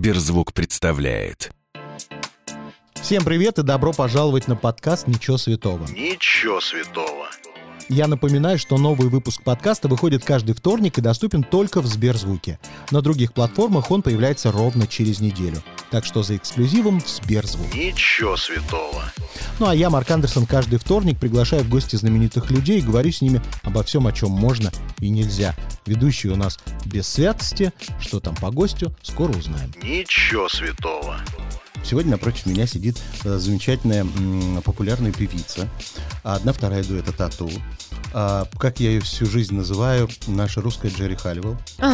Сберзвук представляет. Всем привет и добро пожаловать на подкаст «Ничего святого». Ничего святого. Я напоминаю, что новый выпуск подкаста выходит каждый вторник и доступен только в Сберзвуке. На других платформах он появляется ровно через неделю. Так что за эксклюзивом в Сберзвук. Ничего святого. Ну а я, Марк Андерсон, каждый вторник приглашаю в гости знаменитых людей и говорю с ними обо всем, о чем можно и нельзя. Ведущий у нас без святости. Что там по гостю, скоро узнаем. Ничего святого. Сегодня напротив меня сидит замечательная популярная певица. Одна вторая дуэта «Тату». Как я ее всю жизнь называю, наша русская Джерри Халливелл.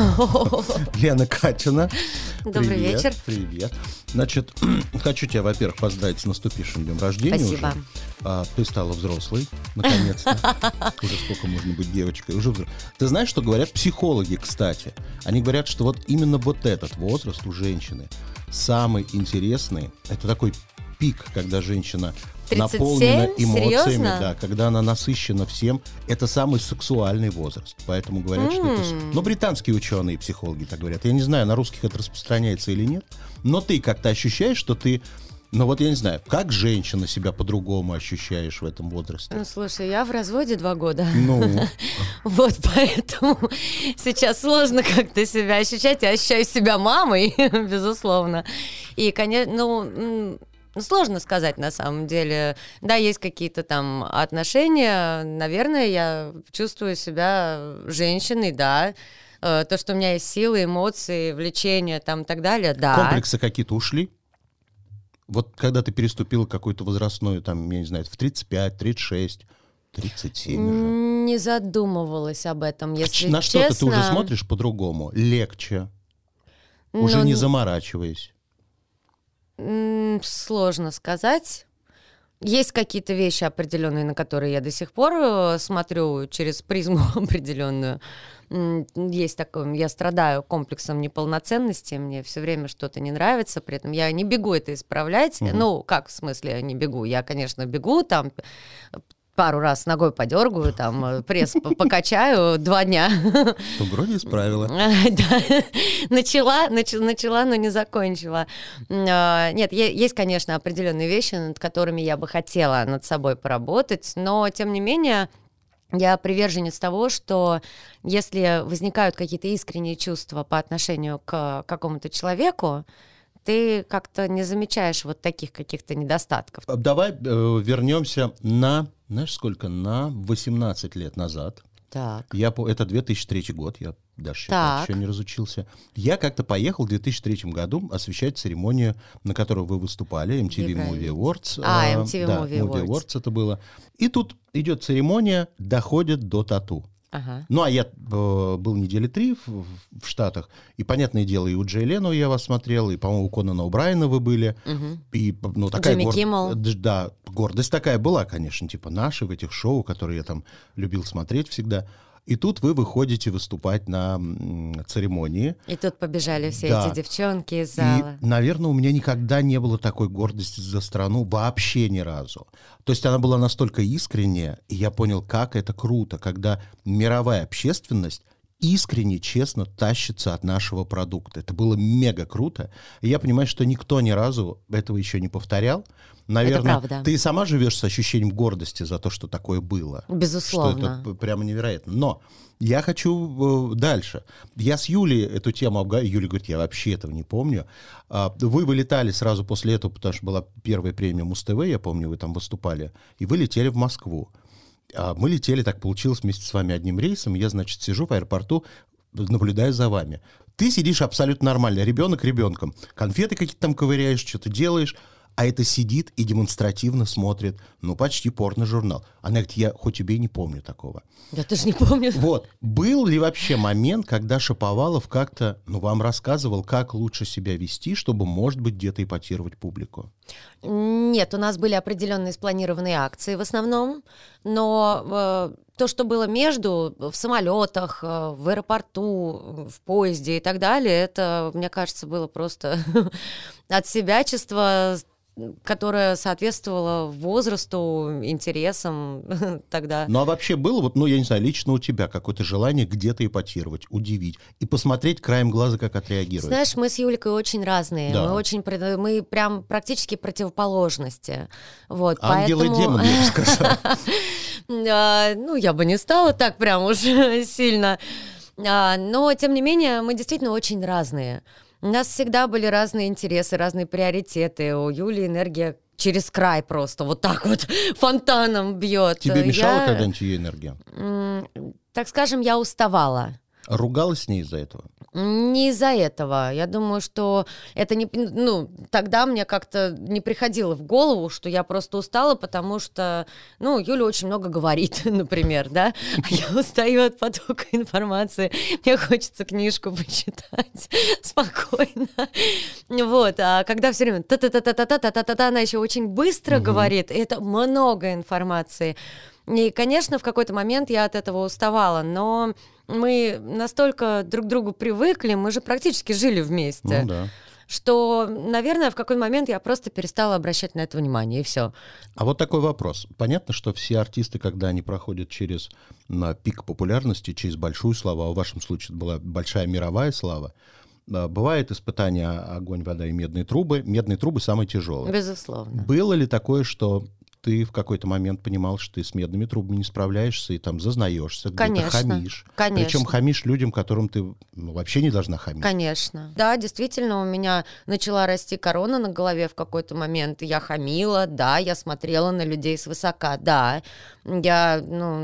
Лена Катина. Добрый вечер. Привет. Значит, хочу тебя, во-первых, поздравить с наступившим днем рождения. Спасибо. Уже. Ты стала взрослой, наконец-то. Уже сколько можно быть девочкой. Ты знаешь, что говорят психологи, кстати? Они говорят, что вот именно вот этот возраст у женщины самый интересный. Это такой пик, когда женщина 37? наполнена эмоциями, Серьезно? да, когда она насыщена всем. Это самый сексуальный возраст. Поэтому говорят, что это... Ну, британские ученые и психологи так говорят. Я не знаю, на русских это распространяется или нет. Но ты как-то ощущаешь, что ты... Ну вот я не знаю, как женщина себя по-другому ощущаешь в этом возрасте? Ну, слушай, я в разводе 2 года. Ну? Вот поэтому сейчас сложно как-то себя ощущать. Я ощущаю себя мамой, безусловно. И, конечно, сложно сказать на самом деле. Да, есть какие-то там отношения. Наверное, я чувствую себя женщиной, да. То, что у меня есть силы, эмоции, влечения там и так далее, да. Комплексы какие-то ушли? Вот когда ты переступила какую-то возрастную, там, я не знаю, в 35, 36, 37 уже. Не задумывалась об этом, если На честно. что-то ты уже смотришь по-другому, легче, уже не заморачиваясь. Сложно сказать. Есть какие-то вещи определенные, на которые я до сих пор смотрю через призму определенную. Есть такое, я страдаю комплексом неполноценности, мне все время что-то не нравится, при этом я не бегу это исправлять. Ну, как в смысле не бегу? Я, конечно, бегу, там пару раз ногой подергаю, там пресс покачаю 2 дня. Ну, вроде исправила. Да. Начала, но не закончила. Нет, есть, конечно, определенные вещи, над которыми я бы хотела над собой поработать, но, тем не менее, я приверженец того, что если возникают какие-то искренние чувства по отношению к какому-то человеку, ты как-то не замечаешь вот таких каких-то недостатков. Давай вернемся на, знаешь, сколько? На 18 лет назад. Так. Это 2003 год, я даже считать еще не разучился. Я как-то поехал в 2003 году освещать церемонию, на которой вы выступали, MTV Movie Awards. MTV да, Movie Awards это было. И тут идет церемония, доходит до тату. Ага. Ну, а я был недели 3 в Штатах, и, понятное дело, и у Джей Лено я вас смотрел, и, по-моему, у Конана О'Брайена вы были. И, ну, такая Джимми Киммел. Да, гордость такая была, конечно, типа наши в этих шоу, которые я там любил смотреть всегда. И тут вы выходите выступать на церемонии. И тут побежали все Да. эти девчонки из зала. И, наверное, у меня никогда не было такой гордости за страну, вообще ни разу. То есть она была настолько искренняя, и я понял, как это круто, когда мировая общественность искренне, честно тащится от нашего продукта. Это было мега круто. И я понимаю, что никто ни разу этого еще не повторял. Наверное, Это правда. ты сама живешь с ощущением гордости за то, что такое было. Безусловно. Что это прямо невероятно. Но я хочу дальше. Я с Юлей эту тему обговариваю. Юля говорит, я вообще этого не помню. Вы вылетали сразу после этого, потому что была первая премия Муз-ТВ, я помню, вы там выступали, и вы летели в Москву. Мы летели, так получилось, вместе с вами одним рейсом. Я, значит, сижу в аэропорту, наблюдаю за вами. Ты сидишь абсолютно нормально, ребенок ребенком. Конфеты какие-то там ковыряешь, что-то делаешь. А это сидит и демонстративно смотрит, ну, почти порно-журнал. Она говорит, я хоть убей, не помню такого. Я тоже не помню. Вот. Был ли вообще момент, когда Шаповалов как-то, вам рассказывал, как лучше себя вести, чтобы, может быть, где-то эпатировать публику? Нет, у нас были определенные спланированные акции в основном, но то, что было между, в самолетах, в аэропорту, в поезде и так далее, это, мне кажется, было просто отсебячество, которая соответствовала возрасту, интересам тогда. Ну а вообще было, вот, я не знаю, лично у тебя какое-то желание где-то эпатировать, удивить и посмотреть краем глаза, как отреагирует? Знаешь, мы с Юлькой очень разные, Да. мы прям практически противоположности. Вот, Ангел и демон, я бы сказал. Я бы не стала так прям уж сильно. Но, тем не менее, мы действительно очень разные. У нас всегда были разные интересы, разные приоритеты. У Юли энергия через край просто вот так вот фонтаном бьет. Тебе мешала когда-нибудь ее энергия? Так скажем, я уставала. Ругалась с ней из-за этого? Не из-за этого. Я думаю, что это не... тогда мне как-то не приходило в голову, что я просто устала, потому что, Юля очень много говорит, например, да? Я устаю от потока информации, мне хочется книжку почитать спокойно. Вот, а когда все время та-та-та-та-та-та-та-та, она еще очень быстро говорит, это много информации. И, конечно, в какой-то момент я от этого уставала, но мы настолько друг к другу привыкли, мы же практически жили вместе, что, наверное, в какой-то момент я просто перестала обращать на это внимание, и все. А вот такой вопрос. Понятно, что все артисты, когда они проходят через пик популярности, через большую славу, а в вашем случае это была большая мировая слава, бывает испытание «Огонь, вода и медные трубы». Медные трубы самые тяжелые. Безусловно. Было ли такое, что ты в какой-то момент понимал, что ты с медными трубами не справляешься и там зазнаешься, где-то хамишь? Конечно. Причем хамишь людям, которым ты вообще не должна хамить. Конечно. Да, действительно, у меня начала расти корона на голове в какой-то момент. Я хамила, да, я смотрела на людей свысока, да. Я,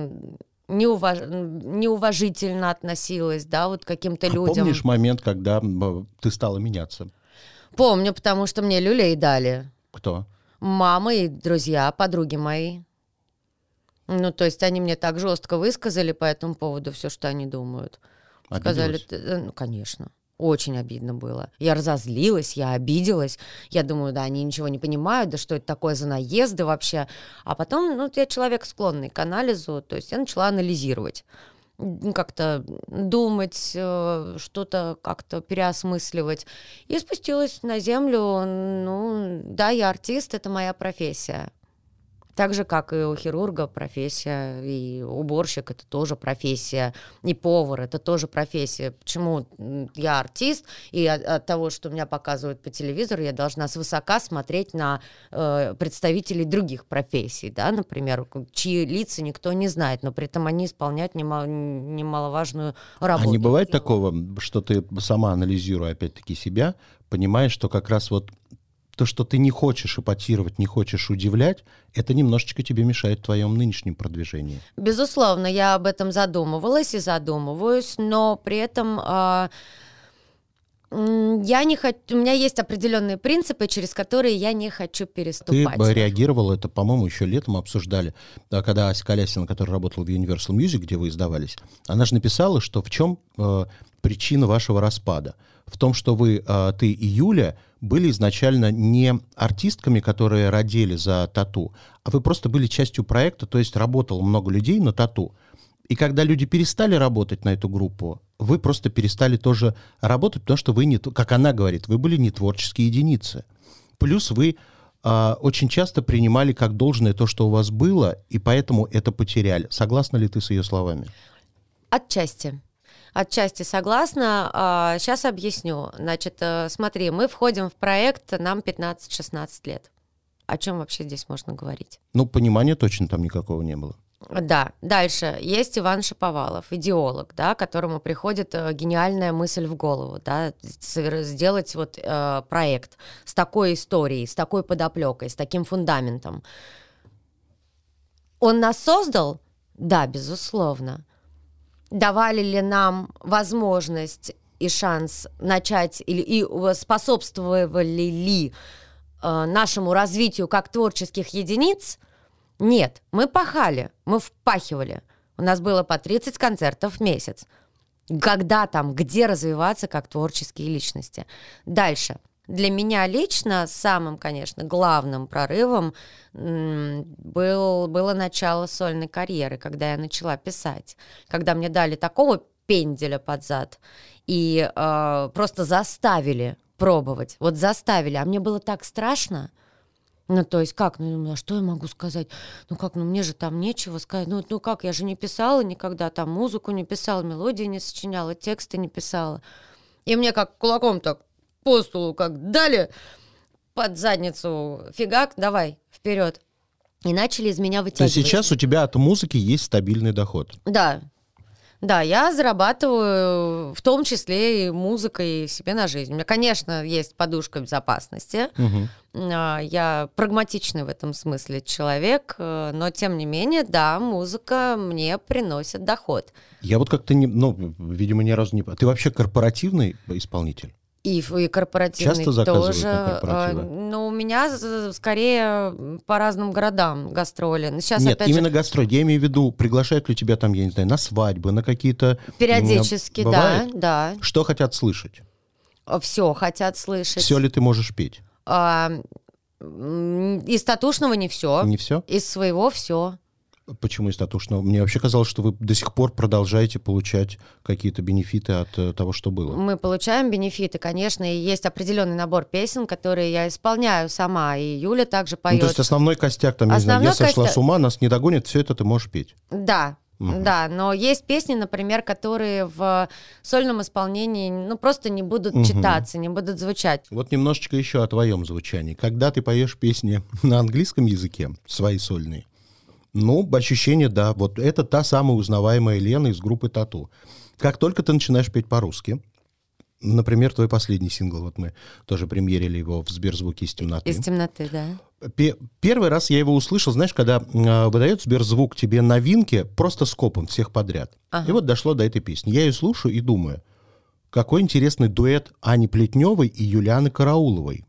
неуважительно относилась, да, вот к каким-то людям. Помнишь момент, когда ты стала меняться? Помню, потому что мне люлей дали. Кто? Мама и друзья, подруги мои. То есть они мне так жестко высказали по этому поводу все, что они думают. Обиделась? Сказали, конечно, очень обидно было. Я разозлилась, я обиделась. Я думаю, да, они ничего не понимают, да что это такое за наезды вообще. А потом, я человек склонный к анализу, то есть я начала анализировать. Как-то думать, что-то как-то переосмысливать. И спустилась на землю. Да, я артист, это моя профессия. Так же, как и у хирурга профессия, и уборщик — это тоже профессия, и повар — это тоже профессия. Почему я артист, и от того, что меня показывают по телевизору, я должна свысока смотреть на представителей других профессий, да, например, чьи лица никто не знает, но при этом они исполняют немаловажную работу. А не бывает такого, что ты сама, анализируя опять-таки себя, понимаешь, что как раз вот то, что ты не хочешь эпатировать, не хочешь удивлять, это немножечко тебе мешает в твоем нынешнем продвижении. Безусловно, я об этом задумывалась и задумываюсь, но при этом я не хочу, у меня есть определенные принципы, через которые я не хочу переступать. Ты реагировала, это, по-моему, еще летом обсуждали, когда Ася Колясина, которая работала в Universal Music, где вы издавались, она же написала, что в чем причина вашего распада? В том, что ты и Юля были изначально не артистками, которые родили за тату, а вы просто были частью проекта, то есть работало много людей на тату. И когда люди перестали работать на эту группу, вы просто перестали тоже работать, потому что вы, не, как она говорит, вы были не творческие единицы. Плюс вы очень часто принимали как должное то, что у вас было, и поэтому это потеряли. Согласна ли ты с ее словами? Отчасти. Отчасти согласна. Сейчас объясню. Значит, смотри, мы входим в проект, нам 15-16 лет. О чем вообще здесь можно говорить? Понимания точно там никакого не было. Да, дальше. Есть Иван Шаповалов, идеолог, да, которому приходит гениальная мысль в голову, да, сделать проект с такой историей, с такой подоплекой, с таким фундаментом. Он нас создал? Да, безусловно. Давали ли нам возможность и шанс начать, и способствовали ли нашему развитию как творческих единиц? Нет, мы пахали, мы впахивали. У нас было по 30 концертов в месяц. Когда там, где развиваться как творческие личности? Дальше. Для меня лично самым, конечно, главным прорывом было начало сольной карьеры, когда я начала писать. Когда мне дали такого пенделя под зад и просто заставили пробовать. Вот заставили. А мне было так страшно. Ну, то есть как? Ну, а что я могу сказать? Ну, как? Ну, мне же там нечего сказать. Ну, как? Я же не писала никогда, там музыку не писала, мелодии не сочиняла, тексты не писала. И мне как кулаком так по столу как дали под задницу. Фигак, давай, вперед. И начали из меня То вытягивать. есть сейчас у тебя от музыки есть стабильный доход? Да. Да, я зарабатываю в том числе и музыкой себе на жизнь. У меня, конечно, есть подушка безопасности. Я прагматичный в этом смысле человек, но тем не менее, да, музыка мне приносит доход. Я вот как-то, видимо, ни разу не... Ты вообще корпоративный исполнитель? И корпоративный часто заказывают тоже. на корпоративы? Но у меня скорее по разным городам гастроли. Сейчас, Нет, опять именно же, гастроли. Я имею в виду, приглашают ли тебя там, я не знаю, на свадьбы, на какие-то... периодически, Бывает? да. Что хотят слышать? Все хотят слышать. Все ли ты можешь петь? Из татушного не все. Не все? Из своего все. Почему из татушного? Мне вообще казалось, что вы до сих пор продолжаете получать какие-то бенефиты от того, что было. Мы получаем бенефиты, конечно, и есть определенный набор песен, которые я исполняю сама, и Юля также поет. Ну, то есть основной костяк, там, не знаю, я сошла с ума, нас не догонят, все это ты можешь петь. Да. Да, но есть песни, например, которые в сольном исполнении просто не будут читаться, не будут звучать. Вот немножечко еще о твоем звучании. Когда ты поешь песни на английском языке, свои сольные, ощущение, да, вот это та самая узнаваемая Лена из группы Тату. Как только ты начинаешь петь по-русски, например, твой последний сингл, вот мы тоже премьерили его в Сберзвуке «Из темноты». «Из темноты», да. Первый раз я его услышал, знаешь, когда выдает Сберзвук тебе новинки просто скопом всех подряд. И вот дошло до этой песни. Я ее слушаю и думаю, какой интересный дуэт Ани Плетневой и Юлианы Карауловой.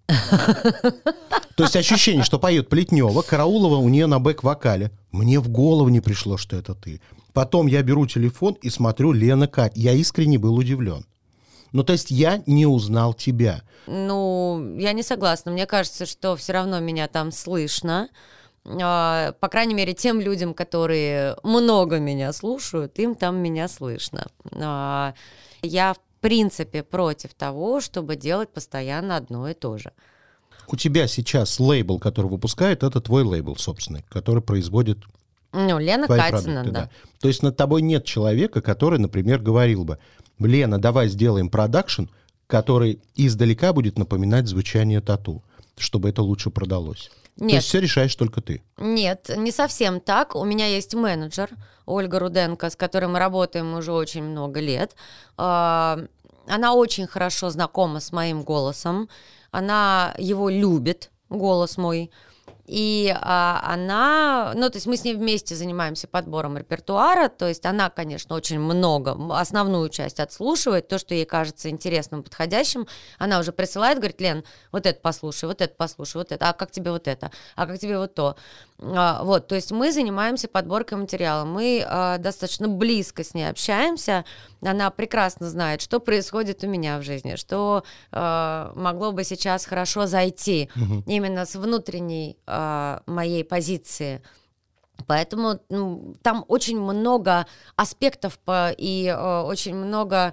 То есть ощущение, что поет Плетнева, Караулова у нее на бэк-вокале. Мне в голову не пришло, что это ты. Потом я беру телефон и смотрю Лена Кать. Я искренне был удивлен. То есть я не узнал тебя. Я не согласна. Мне кажется, что все равно меня там слышно. По крайней мере, тем людям, которые много меня слушают, им там меня слышно. Я, в принципе, против того, чтобы делать постоянно одно и то же. У тебя сейчас лейбл, который выпускает, это твой лейбл собственный, который производит Лена твои Катина, продукты, да. То есть над тобой нет человека, который, например, говорил бы: Лена, давай сделаем продакшн, который издалека будет напоминать звучание Тату, чтобы это лучше продалось. Нет. То есть все решаешь только ты. Нет, не совсем так. У меня есть менеджер Ольга Руденко, с которой мы работаем уже очень много лет. Она очень хорошо знакома с моим голосом. Она его любит, голос мой. И она, то есть мы с ней вместе занимаемся подбором репертуара, то есть она, конечно, очень много, основную часть отслушивает, то, что ей кажется интересным, подходящим, она уже присылает, говорит: Лен, вот это послушай, вот это, а как тебе вот это, а как тебе вот то. Вот, то есть мы занимаемся подборкой материала, мы достаточно близко с ней общаемся, она прекрасно знает, что происходит у меня в жизни, что могло бы сейчас хорошо зайти именно с внутренней моей позиции. Поэтому там очень много аспектов и очень много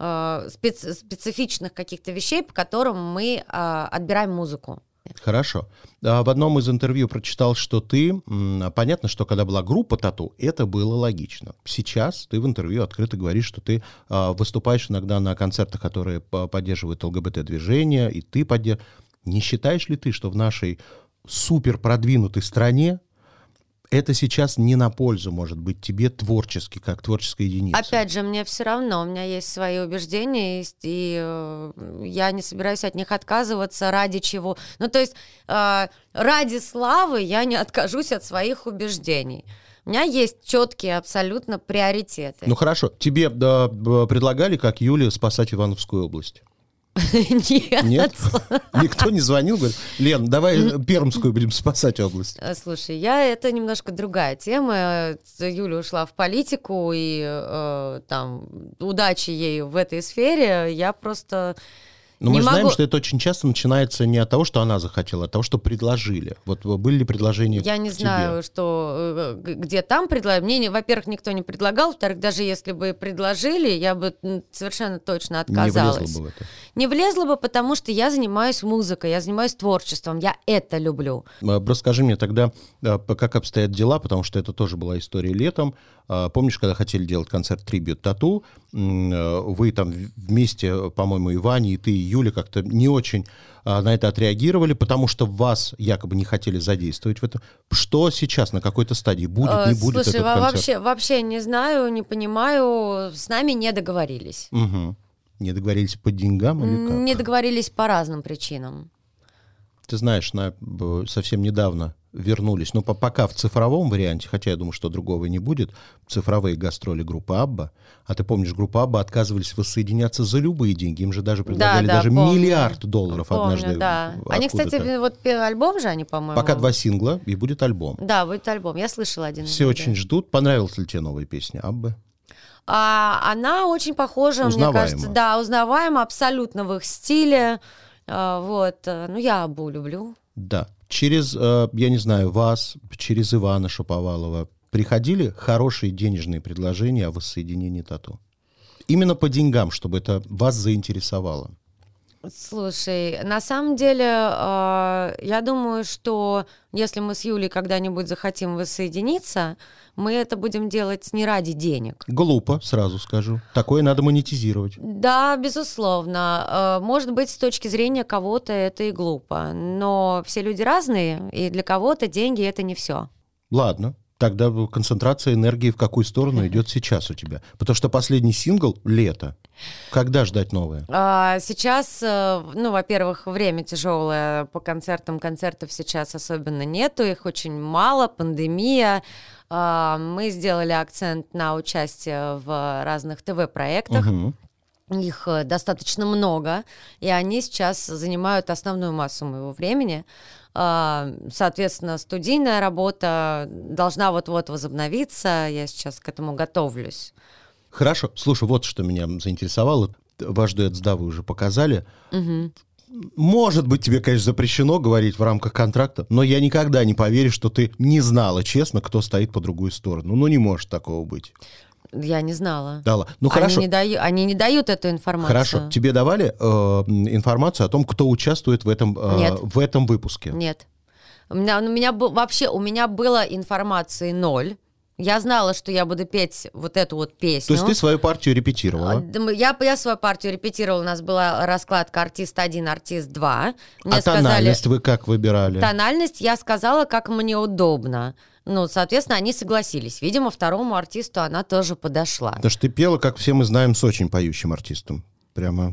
специфичных каких-то вещей, по которым мы отбираем музыку. Хорошо. В одном из интервью прочитал, что ты... Понятно, что когда была группа Тату, это было логично. Сейчас ты в интервью открыто говоришь, что ты выступаешь иногда на концертах, которые поддерживают ЛГБТ-движение, и ты поддерживаешь. Не считаешь ли ты, что в нашей супер продвинутой стране это сейчас не на пользу, может быть, тебе творчески, как творческой единице? Опять же, мне все равно, у меня есть свои убеждения, и я не собираюсь от них отказываться ради чего. То есть ради славы я не откажусь от своих убеждений. У меня есть четкие абсолютно приоритеты. Хорошо. Тебе предлагали, как Юле, спасать Ивановскую область? Нет. Никто не звонил, говорит: Лен, давай Пермскую будем спасать область. Слушай, это немножко другая тема. Юля ушла в политику, и там удачи ей в этой сфере. Я просто Но мы же знаем, что это очень часто начинается не от того, что она захотела, а от того, что предложили. Вот были ли предложения Я не к знаю, тебе? где там предлагали. Мне, во-первых, никто не предлагал. Во-вторых, даже если бы предложили, я бы совершенно точно отказалась. Не влезла бы в это? Не влезла бы, потому что я занимаюсь музыкой, я занимаюсь творчеством, я это люблю. Расскажи мне тогда, как обстоят дела, потому что это тоже была история летом. Помнишь, когда хотели делать концерт «Трибьют Тату», вы там вместе, по-моему, и Ваня, и ты, и Юля как-то не очень на это отреагировали, потому что вас якобы не хотели задействовать в этом. Что сейчас, на какой-то стадии? Будет, не будет Слушай, этот концерт? вообще не знаю, не понимаю, с нами не договорились. Угу. Не договорились по деньгам или как? Не договорились по разным причинам. Ты знаешь, совсем недавно вернулись, но пока в цифровом варианте, хотя я думаю, что другого не будет, цифровые гастроли группы Абба. А ты помнишь, группа Абба отказывались воссоединяться за любые деньги. Им же даже предлагали даже помню. $1 миллиард однажды. Да. Они, кстати, вот альбом же они, по-моему. Пока 2 сингла, и будет альбом. Да, будет альбом. Я слышала один. Все очень ждут. Понравилась ли тебе новая песня Аббы? Она очень похожа, мне кажется. Да, узнаваема, абсолютно в их стиле. Вот. Ну, я Аббу люблю. Да. Через, я не знаю, вас, через Ивана Шаповалова приходили хорошие денежные предложения о воссоединении Тату? Именно по деньгам, чтобы это вас заинтересовало. Слушай, на самом деле, я думаю, что если мы с Юлей когда-нибудь захотим воссоединиться, мы это будем делать не ради денег. Глупо, сразу скажу. Такое надо монетизировать. Да, безусловно. Может быть, с точки зрения кого-то это и глупо. Но все люди разные, и для кого-то деньги — это не все. Ладно. Тогда концентрация энергии в какую сторону идет сейчас у тебя? Потому что последний сингл — «Лето». Когда ждать новое? Сейчас, ну, во-первых, время тяжелое по концертам. Концертов сейчас особенно нету, их очень мало, пандемия. Мы сделали акцент на участие в разных ТВ-проектах. Угу. Их достаточно много, и они сейчас занимают основную массу моего времени. Соответственно, студийная работа должна вот-вот возобновиться. Я сейчас к этому готовлюсь. Хорошо. Слушай, вот что меня заинтересовало. Ваш дуэт с Давой уже показали. Угу. Может быть, тебе, конечно, запрещено говорить в рамках контракта, но я никогда не поверю, что ты не знала, честно, кто стоит по другую сторону. Ну, не может такого быть. Я не знала. Дала. Ну, хорошо. Они не дают эту информацию. Хорошо. Тебе давали информацию о том, кто участвует в этом выпуске? Нет. У меня было информации 0. Я знала, что я буду петь вот эту вот песню. То есть ты свою партию репетировала? Я свою партию репетировала. У нас была раскладка артист 1, артист 2. Мне тональность вы как выбирали? Тональность я сказала, как мне удобно. Ну, соответственно, они согласились. Видимо, второму артисту она тоже подошла. Потому что ты пела, как все мы знаем, с очень поющим артистом. Прямо...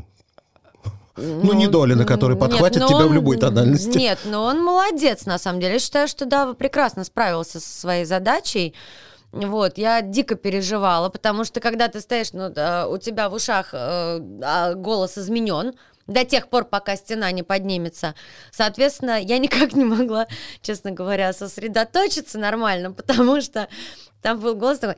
Ну, не Долина, который подхватит тебя в любой тональности. Нет, но он молодец, на самом деле. Я считаю, что Дава прекрасно справился со своей задачей. Вот, я дико переживала, потому что когда ты стоишь, у тебя в ушах голос изменен до тех пор, пока стена не поднимется. Соответственно, я никак не могла, честно говоря, сосредоточиться нормально, потому что там был голос такой...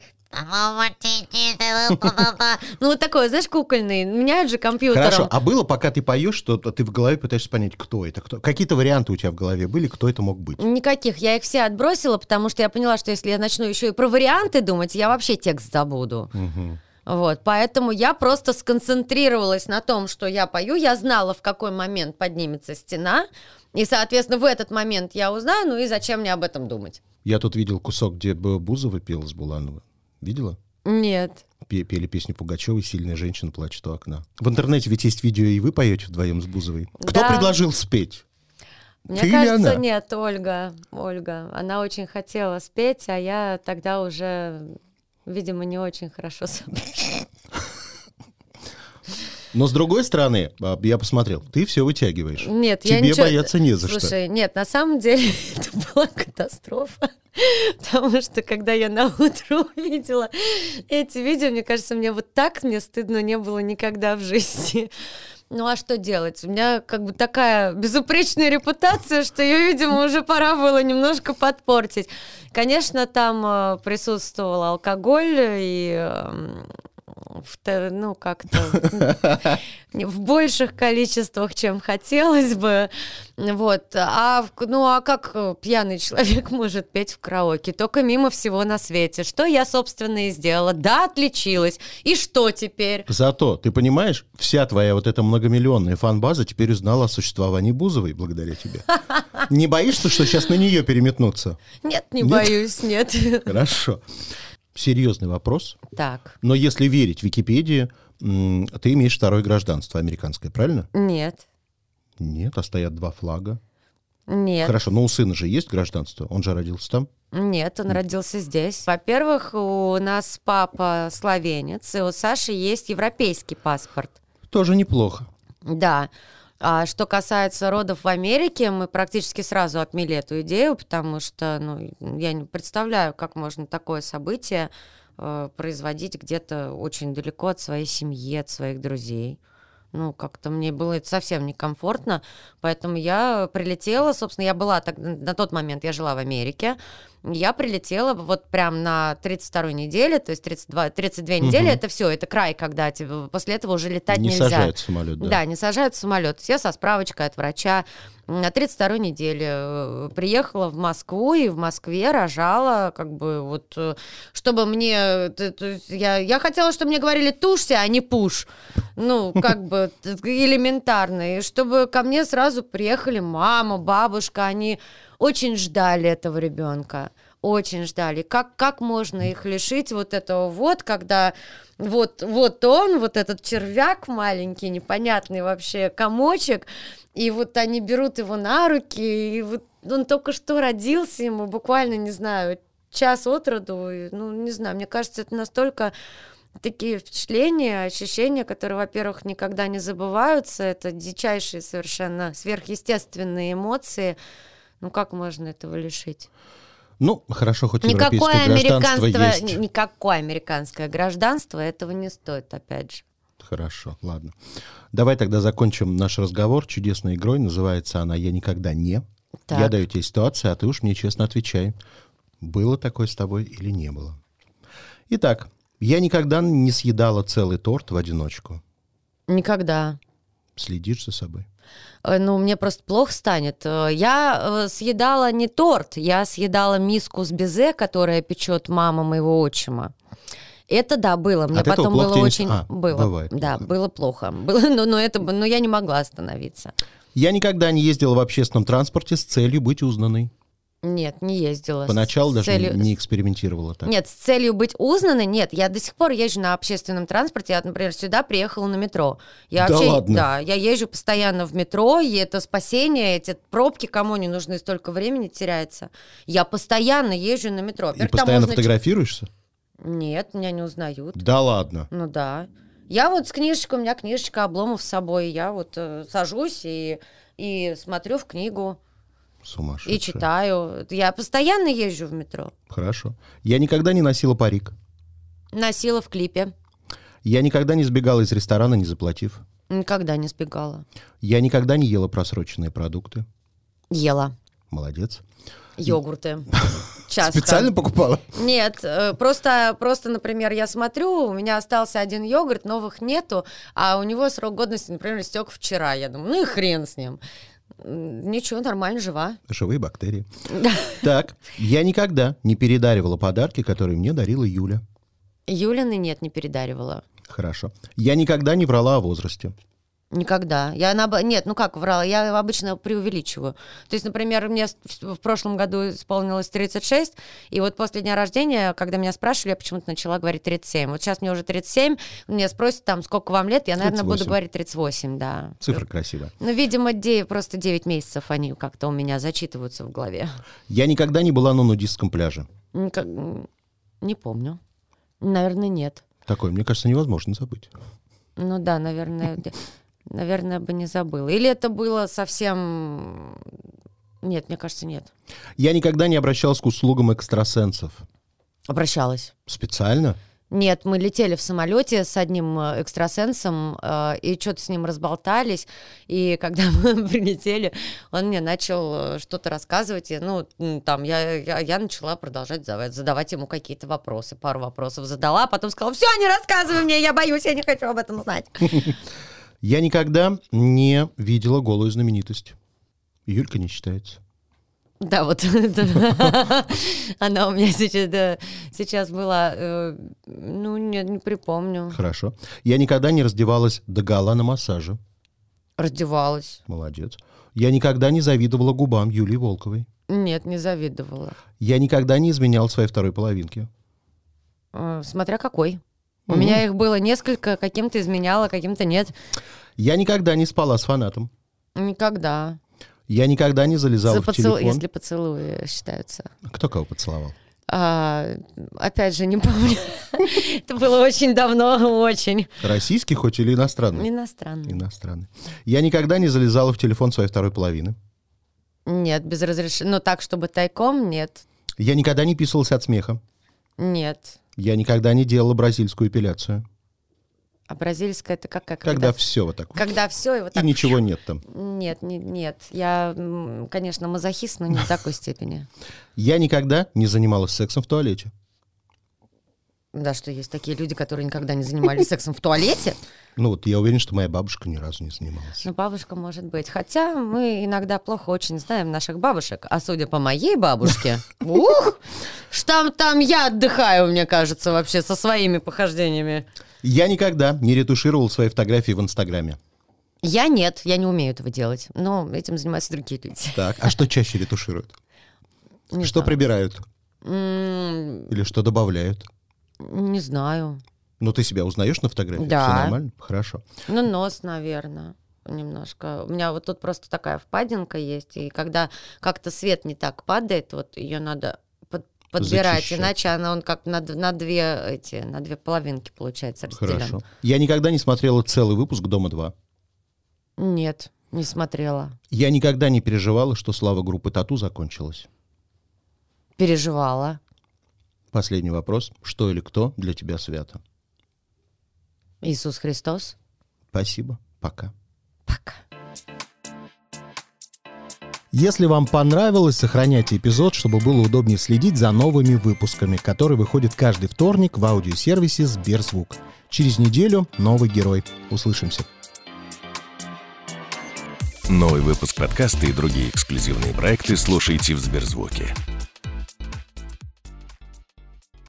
Ну, вот такой, знаешь, кукольный. Меняют же компьютером. Хорошо, а было, пока ты поешь, что ты в голове пытаешься понять, кто это? Какие-то варианты у тебя в голове были, кто это мог быть? Никаких. Я их все отбросила, потому что я поняла, что если я начну еще и про варианты думать, я вообще текст забуду. Угу. Вот, поэтому я просто сконцентрировалась на том, что я пою. Я знала, в какой момент поднимется стена. И, соответственно, в этот момент я узнаю, ну и зачем мне об этом думать? Я тут видел кусок, где Бузова пела с Булановой. Видела? Нет. Пели песню Пугачевой «Сильная женщина плачет у окна». В интернете ведь есть видео, и вы поете вдвоем с Бузовой. Кто предложил спеть? Мне Ты кажется, или она? нет, Ольга. Она очень хотела спеть, а я тогда уже, видимо, не очень хорошо соображала. Но с другой стороны, я посмотрел, ты все вытягиваешь. Нет, тебе я ничего... бояться не за что. Слушай, нет, на самом деле это была катастрофа. Потому что, когда я наутро увидела эти видео, мне кажется, мне стыдно не было никогда в жизни. Ну а что делать? У меня как бы такая безупречная репутация, что ее, видимо, уже пора было немножко подпортить. Конечно, там присутствовал алкоголь, и как-то в больших количествах, чем хотелось бы. Вот. А как пьяный человек может петь в караоке? Только мимо всего на свете. Что я, собственно, и сделала. Да, отличилась. И что теперь? Зато, ты понимаешь, вся твоя вот эта многомиллионная фан-база теперь узнала о существовании Бузовой благодаря тебе. Не боишься, что сейчас на нее переметнуться? Нет, не боюсь, нет. Хорошо. Серьезный вопрос. Так. Но если верить Википедии, ты имеешь второе гражданство американское, правильно? Нет. Нет, а стоят два флага. Нет. Хорошо, но у сына же есть гражданство? Он же родился там? Нет, он родился здесь. Во-первых, у нас папа словенец, и у Саши есть европейский паспорт. Тоже неплохо. Да. А что касается родов в Америке, мы практически сразу отмели эту идею, потому что я не представляю, как можно такое событие производить где-то очень далеко от своей семьи, от своих друзей. Как-то мне было это совсем некомфортно, поэтому я прилетела, собственно, я была на тот момент, я жила в Америке, я прилетела вот прям на 32-й неделе, то есть 32 недели, это все, это край, когда после этого уже летать нельзя. Не сажают в самолет, да? Да, не сажают в самолет. Все со справочкой от врача. На 32-й неделе приехала в Москву, и в Москве рожала, чтобы мне... Я хотела, чтобы мне говорили «тушься», а не «пуш». Элементарно. И чтобы ко мне сразу приехали мама, бабушка, они очень ждали этого ребенка. Очень ждали. Как можно их лишить вот этого когда вот он, вот этот червяк маленький, непонятный вообще комочек, и вот они берут его на руки, и вот он только что родился, ему буквально, не знаю, час от роду, не знаю, мне кажется, это настолько такие впечатления, ощущения, которые, во-первых, никогда не забываются, это дичайшие совершенно сверхъестественные эмоции. Как можно этого лишить? Хорошо, хоть европейское гражданство есть. Никакое американское гражданство этого не стоит, опять же. Хорошо, ладно. Давай тогда закончим наш разговор чудесной игрой. Называется она «Я никогда не». Так. Я даю тебе ситуацию, а ты уж мне честно отвечай. Было такое с тобой или не было? Итак, я никогда не съедала целый торт в одиночку. Никогда. Следишь за собой? Мне просто плохо станет. Я съедала не торт, я съедала миску с безе, которая печет мама моего отчима. Это, да, было. Мне потом было очень... Было. Бывает. Да, было плохо. Но я не могла остановиться. Я никогда не ездила в общественном транспорте с целью быть узнанной. Нет, не ездила. Поначалу даже не экспериментировала так? Нет, с целью быть узнанной, нет. Я до сих пор езжу на общественном транспорте. Я, например, сюда приехала на метро. Ладно? Да, я езжу постоянно в метро, и это спасение, эти пробки, кому не нужны, столько времени теряется. Я постоянно езжу на метро. И постоянно фотографируешься? Нет, меня не узнают. Да ладно? Да. Я вот с книжечкой, у меня книжечка Обломов с собой. Я вот сажусь и смотрю в книгу. Сумасшедшая. И читаю. Я постоянно езжу в метро. Хорошо. Я никогда не носила парик. Носила в клипе. Я никогда не сбегала из ресторана, не заплатив. Никогда не сбегала. Я никогда не ела просроченные продукты. Ела. Молодец. Йогурты. Часто. Специально покупала? Нет, просто, например, я смотрю, у меня остался один йогурт, новых нету, а у него срок годности, например, истек вчера. Я думаю, и хрен с ним. Ничего, нормально, жива. Живые бактерии. Так, я никогда не передаривала подарки, которые мне дарила Юля. Юлины нет, не передаривала. Хорошо. Я никогда не врала о возрасте. Никогда. Нет, врала? Я обычно преувеличиваю. То есть, например, мне в прошлом году исполнилось 36, и вот после дня рождения, когда меня спрашивали, я почему-то начала говорить 37. Вот сейчас мне уже 37, меня спросят, сколько вам лет, я, наверное, 38. буду говорить 38, да. Цифра красивая. Видимо, просто 9 месяцев они как-то у меня зачитываются в голове. Я никогда не была на нудистском пляже. Не помню. Наверное, нет. Такое, мне кажется, невозможно забыть. Да, наверное, бы не забыла. Или это было совсем... Нет, мне кажется, нет. Я никогда не обращалась к услугам экстрасенсов. Обращалась. Специально? Нет, мы летели в самолете с одним экстрасенсом, и что-то с ним разболтались, и когда мы прилетели, он мне начал что-то рассказывать, и, я начала продолжать задавать ему какие-то вопросы, пару вопросов задала, а потом сказала: все, не рассказывай мне, я боюсь, я не хочу об этом знать. Я никогда не видела голую знаменитость. Юлька не считается. Да, вот она у меня сейчас была, нет, не припомню. Хорошо. Я никогда не раздевалась догола на массаже. Раздевалась. Молодец. Я никогда не завидовала губам Юлии Волковой. Нет, не завидовала. Я никогда не изменял своей второй половинке. Смотря какой. У меня их было несколько, каким-то изменяла, каким-то нет. Я никогда не спала с фанатом. Никогда. Я никогда не залезала в телефон. Если поцелуи считаются. Кто кого поцеловал? Опять же, не помню. Это было очень давно, очень. Российский хоть или иностранный? Иностранный. Иностранный. Я никогда не залезала в телефон своей второй половины. Нет, без разрешения. Ну, так, чтобы тайком, нет. Я никогда не писался от смеха. Нет. Я никогда не делала бразильскую эпиляцию. А бразильская это как? Когда все вот так. Когда все и вот так. И ничего нет там. Нет. Я, конечно, мазохист, но не в такой степени. Я никогда не занималась сексом в туалете. Да, что есть такие люди, которые никогда не занимались сексом в туалете? Ну вот я уверен, что моя бабушка ни разу не занималась. Ну, бабушка может быть. Хотя мы иногда плохо очень знаем наших бабушек. А судя по моей бабушке, там я отдыхаю, мне кажется, вообще со своими похождениями. Я никогда не ретушировал свои фотографии в Инстаграме. Я нет, я не умею этого делать. Но этим занимаются другие люди. Так, а что чаще ретушируют? Что прибирают? Или что добавляют? Не знаю. Ну, ты себя узнаешь на фотографии? Да. Все нормально? Хорошо. Ну, нос, наверное, немножко. У меня вот тут просто такая впадинка есть, и когда как-то свет не так падает, вот ее надо подбирать, зачищать. Иначе он как на две половинки, получается, разделен. Хорошо. Я никогда не смотрела целый выпуск «Дома-2». Нет, не смотрела. Я никогда не переживала, что слава группы «Тату» закончилась. Переживала. Последний вопрос. Что или кто для тебя свято? Иисус Христос. Спасибо. Пока. Пока. Если вам понравилось, сохраняйте эпизод, чтобы было удобнее следить за новыми выпусками, которые выходят каждый вторник в аудиосервисе Сберзвук. Через неделю новый герой. Услышимся. Новый выпуск подкаста и другие эксклюзивные проекты слушайте в Сберзвуке.